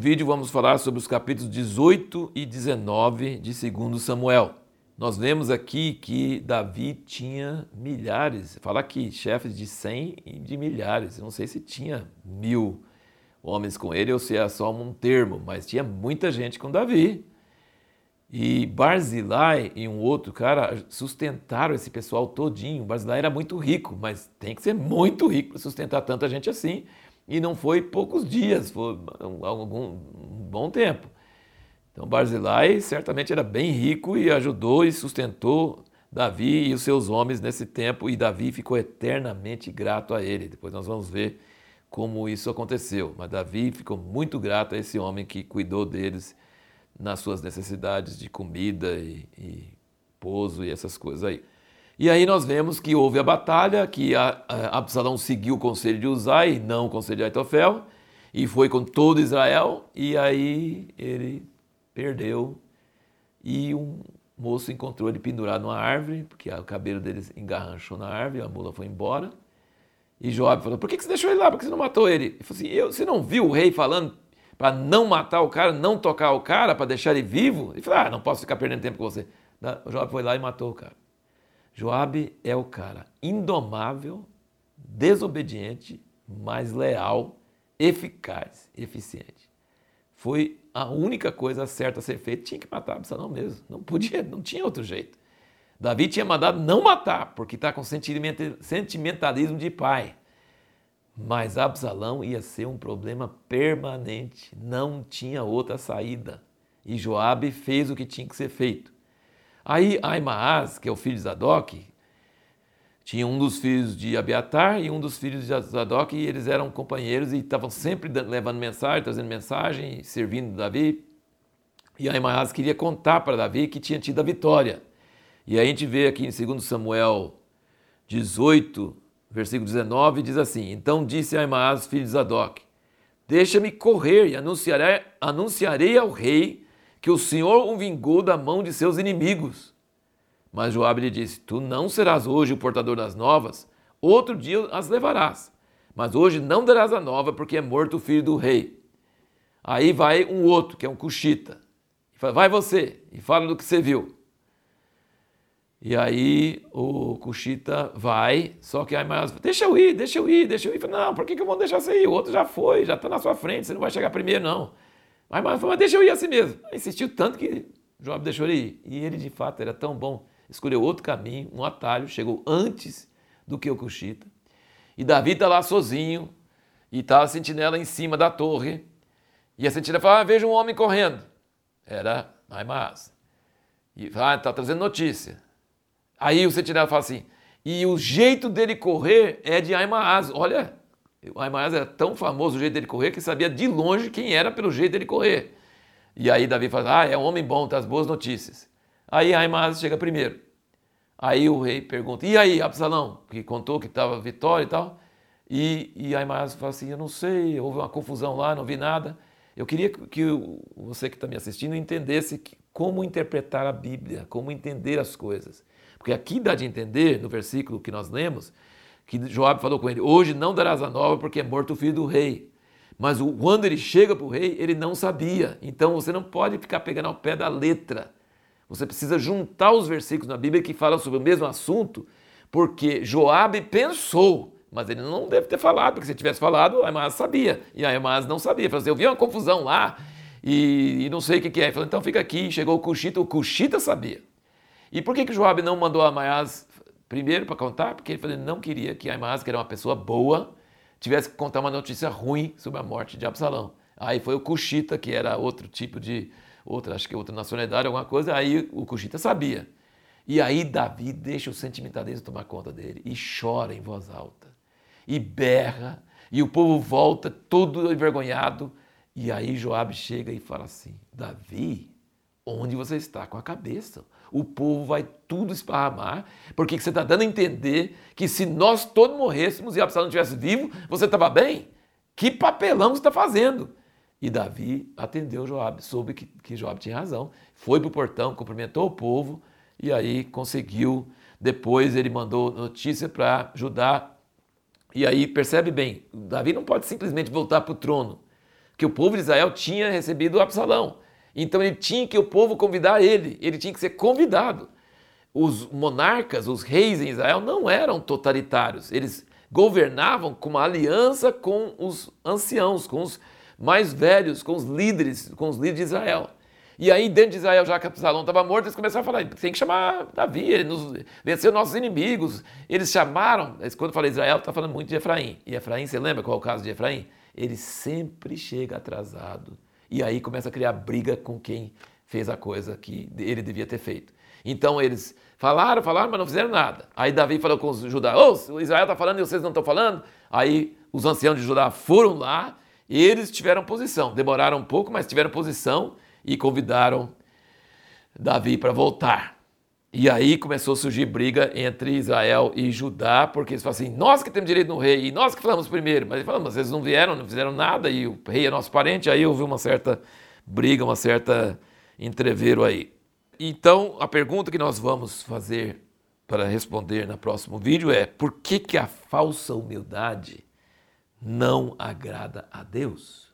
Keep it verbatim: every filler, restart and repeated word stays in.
vídeo vamos falar sobre os capítulos dezoito e dezenove de segundo Samuel. Nós vemos aqui que Davi tinha milhares, fala aqui, chefes de cem e de milhares. Eu não sei se tinha mil homens com ele ou se é só um termo, mas tinha muita gente com Davi. E Barzilai e um outro cara sustentaram esse pessoal todinho. Barzilai era muito rico, mas tem que ser muito rico para sustentar tanta gente assim. E não foi poucos dias, foi algum um bom tempo. Então Barzilai certamente era bem rico e ajudou e sustentou Davi e os seus homens nesse tempo. E Davi ficou eternamente grato a ele. Depois nós vamos ver como isso aconteceu. Mas Davi ficou muito grato a esse homem que cuidou deles nas suas necessidades de comida e, e pouso e essas coisas aí. E aí nós vemos que houve a batalha, que a, a Absalão seguiu o conselho de Uzai e não o conselho de Aitofel, e foi com todo Israel, e aí ele perdeu, e um moço encontrou ele pendurado numa árvore, porque o cabelo dele engarranchou na árvore, a mula foi embora, e Joabe falou, por que você deixou ele lá, por que você não matou ele? Ele falou assim, eu, você não viu o rei falando para não matar o cara, não tocar o cara, para deixar ele vivo? Ele falou, ah, não posso ficar perdendo tempo com você. O Joabe foi lá e matou o cara. Joabe é o cara indomável, desobediente, mas leal, eficaz, eficiente. Foi a única coisa certa a ser feita, tinha que matar Absalão mesmo, não podia, não tinha outro jeito. Davi tinha mandado não matar, porque está com sentimentalismo de pai. Mas Absalão ia ser um problema permanente, não tinha outra saída. E Joabe fez o que tinha que ser feito. Aí Ahimaaz, que é o filho de Zadok, tinha um dos filhos de Abiatar e um dos filhos de Zadok, e eles eram companheiros e estavam sempre levando mensagem, trazendo mensagem, servindo Davi. E Ahimaaz queria contar para Davi que tinha tido a vitória. E aí a gente vê aqui em segundo Samuel dezoito, versículo dezenove, diz assim, então disse Ahimaaz, filho de Zadok, deixa-me correr e anunciarei, anunciarei ao rei que o Senhor o vingou da mão de seus inimigos. Mas Joabe lhe disse, tu não serás hoje o portador das novas, outro dia as levarás, mas hoje não darás a nova porque é morto o filho do rei. Aí vai um outro, que é um cuxita, e fala, vai você e fala do que você viu. E aí o cuxita vai, só que Ahimaaz fala, deixa eu ir, deixa eu ir, deixa eu ir. Fala, não, por que, que eu vou deixar você ir? O outro já foi, já está na sua frente, você não vai chegar primeiro não. Ahimaaz falou, mas deixa eu ir assim mesmo. Aí insistiu tanto que Joabe deixou ele ir. E ele de fato era tão bom, escolheu outro caminho, um atalho, chegou antes do que o cuxita. E Davi está lá sozinho, e está a sentinela em cima da torre. E a sentinela fala, ah, veja um homem correndo. Era Ahimaaz. E fala, ah, está trazendo notícia. Aí o sentinela fala assim, e o jeito dele correr é de Ahimaaz. Olha, o Ahimaaz era tão famoso o jeito dele correr que sabia de longe quem era pelo jeito dele correr. E aí Davi fala, ah, é um homem bom, traz boas notícias. Aí Ahimaaz chega primeiro. Aí o rei pergunta, e aí Absalão? Que contou que estava vitória e tal. E, e Ahimaaz fala assim, eu não sei, houve uma confusão lá, não vi nada. Eu queria que você que está me assistindo entendesse como interpretar a Bíblia, como entender as coisas. Porque aqui dá de entender, no versículo que nós lemos, que Joabe falou com ele, hoje não darás a nova porque é morto o filho do rei. Mas quando ele chega para o rei, ele não sabia. Então você não pode ficar pegando ao pé da letra. Você precisa juntar os versículos na Bíblia que falam sobre o mesmo assunto, porque Joabe pensou, mas ele não deve ter falado, porque se tivesse falado, Ahimaaz sabia. E Ahimaaz não sabia. Falou assim, eu vi uma confusão lá e, e não sei o que, que é. Ele falou, então fica aqui. Chegou o cuxita, o cuxita sabia. E por que que Joabe não mandou Ahimaaz primeiro para contar? Porque ele falou, não queria que Ahimaaz, que era uma pessoa boa, tivesse que contar uma notícia ruim sobre a morte de Absalão. Aí foi o cuxita, que era outro tipo de, outra, acho que outra nacionalidade, alguma coisa, aí o cuxita sabia. E aí Davi deixa o sentimentalismo tomar conta dele e chora em voz alta. E berra, e o povo volta todo envergonhado. E aí Joabe chega e fala assim, Davi, onde você está com a cabeça? O povo vai tudo esparramar, porque você está dando a entender que se nós todos morrêssemos e Absalão estivesse vivo, você estava bem? Que papelão você está fazendo? E Davi atendeu Joabe, soube que, que Joabe tinha razão, foi para o portão, cumprimentou o povo e aí conseguiu, depois ele mandou notícia para Judá. E aí percebe bem, Davi não pode simplesmente voltar para o trono porque o povo de Israel tinha recebido Absalão. Então ele tinha que o povo convidar ele, ele tinha que ser convidado. Os monarcas, os reis em Israel não eram totalitários, eles governavam com uma aliança com os anciãos, com os mais velhos, com os líderes, com os líderes de Israel. E aí dentro de Israel, já que Absalão estava morto, eles começaram a falar, tem que chamar Davi, ele nos venceu nossos inimigos. Eles chamaram, quando eu falei Israel, está falando muito de Efraim. E Efraim, você lembra qual é o caso de Efraim? Ele sempre chega atrasado. E aí começa a criar briga com quem fez a coisa que ele devia ter feito. Então eles falaram, falaram, mas não fizeram nada. Aí Davi falou com os Judá, ô, oh, Israel está falando e vocês não estão falando? Aí os anciãos de Judá foram lá e eles tiveram posição. Demoraram um pouco, mas tiveram posição e convidaram Davi para voltar. E aí começou a surgir briga entre Israel e Judá, porque eles falaram assim, nós que temos direito no rei, e nós que falamos primeiro. Mas eles falaram, mas vocês não vieram, não fizeram nada, e o rei é nosso parente. Aí houve uma certa briga, uma certa entrevero aí. Então, a pergunta que nós vamos fazer para responder no próximo vídeo é, por que que a falsa humildade não agrada a Deus?